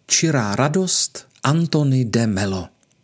Čirá radost Anthony de Mello.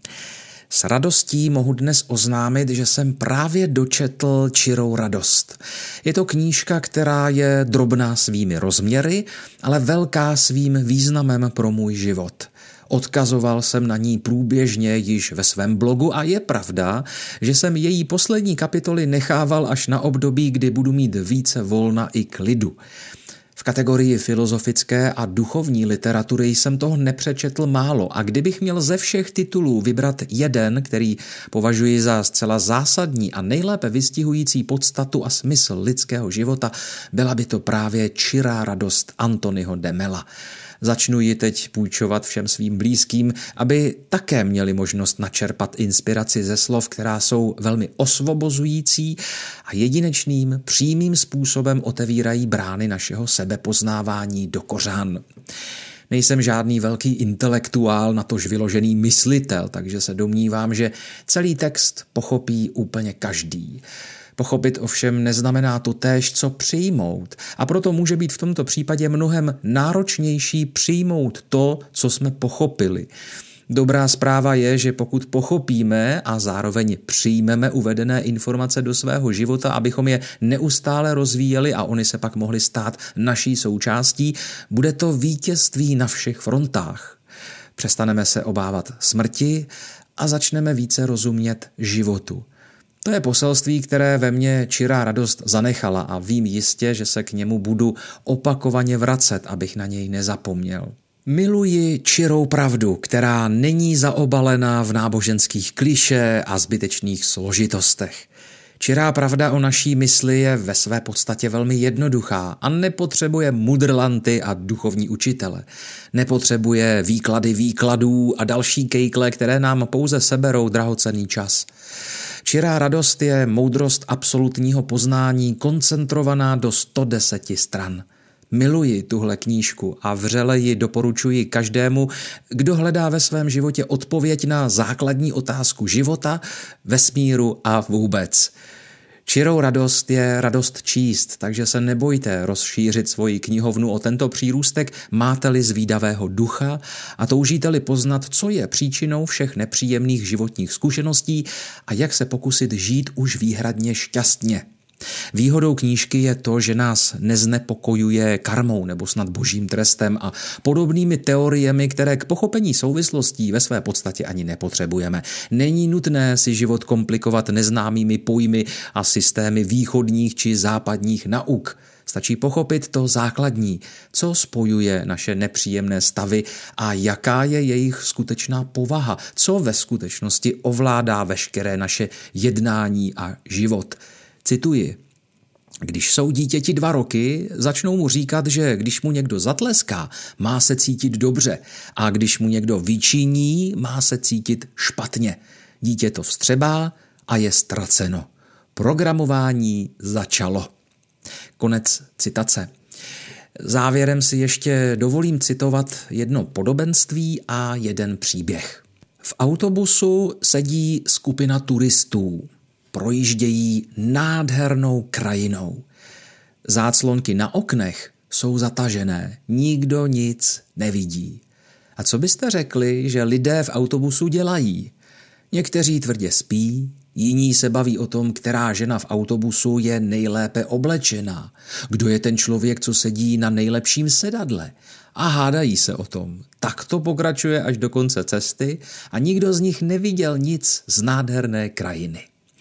S radostí mohu dnes oznámit, že jsem právě dočetl Čirou radost. Je to knížka, která je drobná svými rozměry, ale velká svým významem pro můj život. Odkazoval jsem na ní průběžně již ve svém blogu a je pravda, že jsem její poslední kapitoly nechával až na období, kdy budu mít více volna i klidu. V kategorii filozofické a duchovní literatury jsem toho nepřečetl málo a kdybych měl ze všech titulů vybrat jeden, který považuji za zcela zásadní a nejlépe vystihující podstatu a smysl lidského života, byla by to právě Čirá radost Anthonyho de Mella. Začnu ji teď půjčovat všem svým blízkým, aby také měli možnost načerpat inspiraci ze slov, která jsou velmi osvobozující a jedinečným, přímým způsobem otevírají brány našeho sebepoznávání do kořán. Nejsem žádný velký intelektuál, natož vyložený myslitel, takže se domnívám, že celý text pochopí úplně každý. Pochopit ovšem neznamená totéž, co přijmout, a proto může být v tomto případě mnohem náročnější přijmout to, co jsme pochopili. Dobrá zpráva je, že pokud pochopíme a zároveň přijmeme uvedené informace do svého života, abychom je neustále rozvíjeli a oni se pak mohli stát naší součástí, bude to vítězství na všech frontách. Přestaneme se obávat smrti a začneme více rozumět životu. To je poselství, které ve mně Čirá radost zanechala a vím jistě, že se k němu budu opakovaně vracet, abych na něj nezapomněl. Miluji čirou pravdu, která není zaobalená v náboženských klišé a zbytečných složitostech. Čirá pravda o naší mysli je ve své podstatě velmi jednoduchá a nepotřebuje mudrlanty a duchovní učitele. Nepotřebuje výklady výkladů a další kejkle, které nám pouze seberou drahocenný čas. Čirá radost je moudrost absolutního poznání koncentrovaná do 110 stran. Miluji tuhle knížku a vřele ji doporučuji každému, kdo hledá ve svém životě odpověď na základní otázku života, vesmíru a vůbec. Čirou radost je radost číst, takže se nebojte rozšířit svoji knihovnu o tento přírůstek, máte-li zvídavého ducha a toužíte-li poznat, co je příčinou všech nepříjemných životních zkušeností a jak se pokusit žít už výhradně šťastně. Výhodou knížky je to, že nás neznepokojuje karmou nebo snad božím trestem a podobnými teoriemi, které k pochopení souvislostí ve své podstatě ani nepotřebujeme. Není nutné si život komplikovat neznámými pojmy a systémy východních či západních nauk. Stačí pochopit to základní, co spojuje naše nepříjemné stavy a jaká je jejich skutečná povaha, co ve skutečnosti ovládá veškeré naše jednání a život. Cituji: když jsou dítěti 2 roky, začnou mu říkat, že když mu někdo zatleská, má se cítit dobře a když mu někdo vyčiní, má se cítit špatně. Dítě to vstřebá a je ztraceno. Programování začalo. Konec citace. Závěrem si ještě dovolím citovat jedno podobenství a jeden příběh. V autobusu sedí skupina turistů. Projíždějí nádhernou krajinou. Záclonky na oknech jsou zatažené, nikdo nic nevidí. A co byste řekli, že lidé v autobusu dělají? Někteří tvrdě spí, jiní se baví o tom, která žena v autobusu je nejlépe oblečená, kdo je ten člověk, co sedí na nejlepším sedadle, a hádají se o tom. Tak to pokračuje až do konce cesty a nikdo z nich neviděl nic z nádherné krajiny.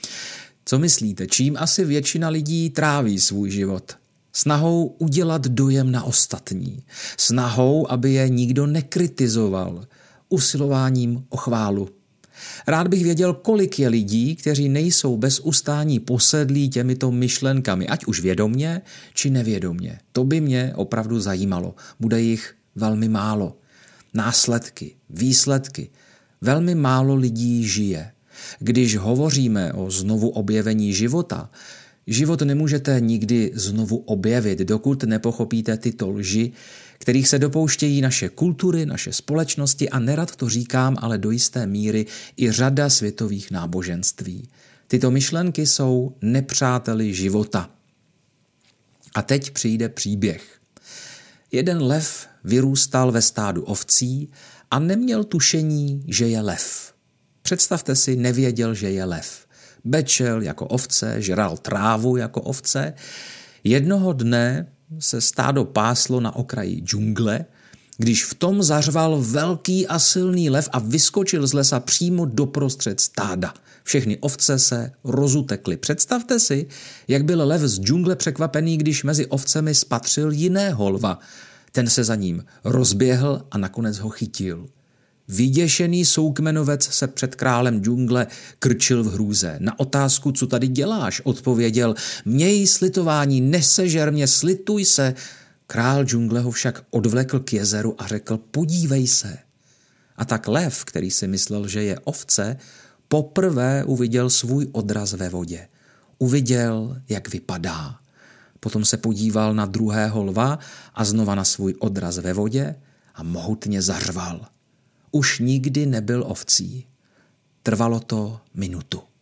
Co myslíte, čím asi většina lidí tráví svůj život? Snahou udělat dojem na ostatní. Snahou, aby je nikdo nekritizoval. Usilováním o chválu. Rád bych věděl, kolik je lidí, kteří nejsou bez ustání posedlí těmito myšlenkami, ať už vědomně, či nevědomně. To by mě opravdu zajímalo. Bude jich velmi málo. Následky, výsledky. Velmi málo lidí žije. Když hovoříme o znovu objevení života, život nemůžete nikdy znovu objevit, dokud nepochopíte tyto lži, kterých se dopouštějí naše kultury, naše společnosti a nerad to říkám, ale do jisté míry i řada světových náboženství. Tyto myšlenky jsou nepřáteli života. A teď přijde příběh. Jeden lev vyrůstal ve stádu ovcí a neměl tušení, že je lev. Představte si, nevěděl, že je lev. Bečel jako ovce, žral trávu jako ovce. Jednoho dne se stádo páslo na okraji džungle, když v tom zařval velký a silný lev a vyskočil z lesa přímo doprostřed stáda. Všechny ovce se rozutekly. Představte si, jak byl lev z džungle překvapený, když mezi ovcemi spatřil jiného lva. Ten se za ním rozběhl a nakonec ho chytil. Vyděšený soukmenovec se před králem džungle krčil v hrůze. Na otázku, co tady děláš, odpověděl: měj slitování, nesežer mě, slituj se. Král džungle ho však odvlekl k jezeru a řekl: podívej se. A tak lev, který si myslel, že je ovce, poprvé uviděl svůj odraz ve vodě. Uviděl, jak vypadá. Potom se podíval na druhého lva a znova na svůj odraz ve vodě a mohutně zařval. Už nikdy nebyl ovcí. Trvalo to minutu.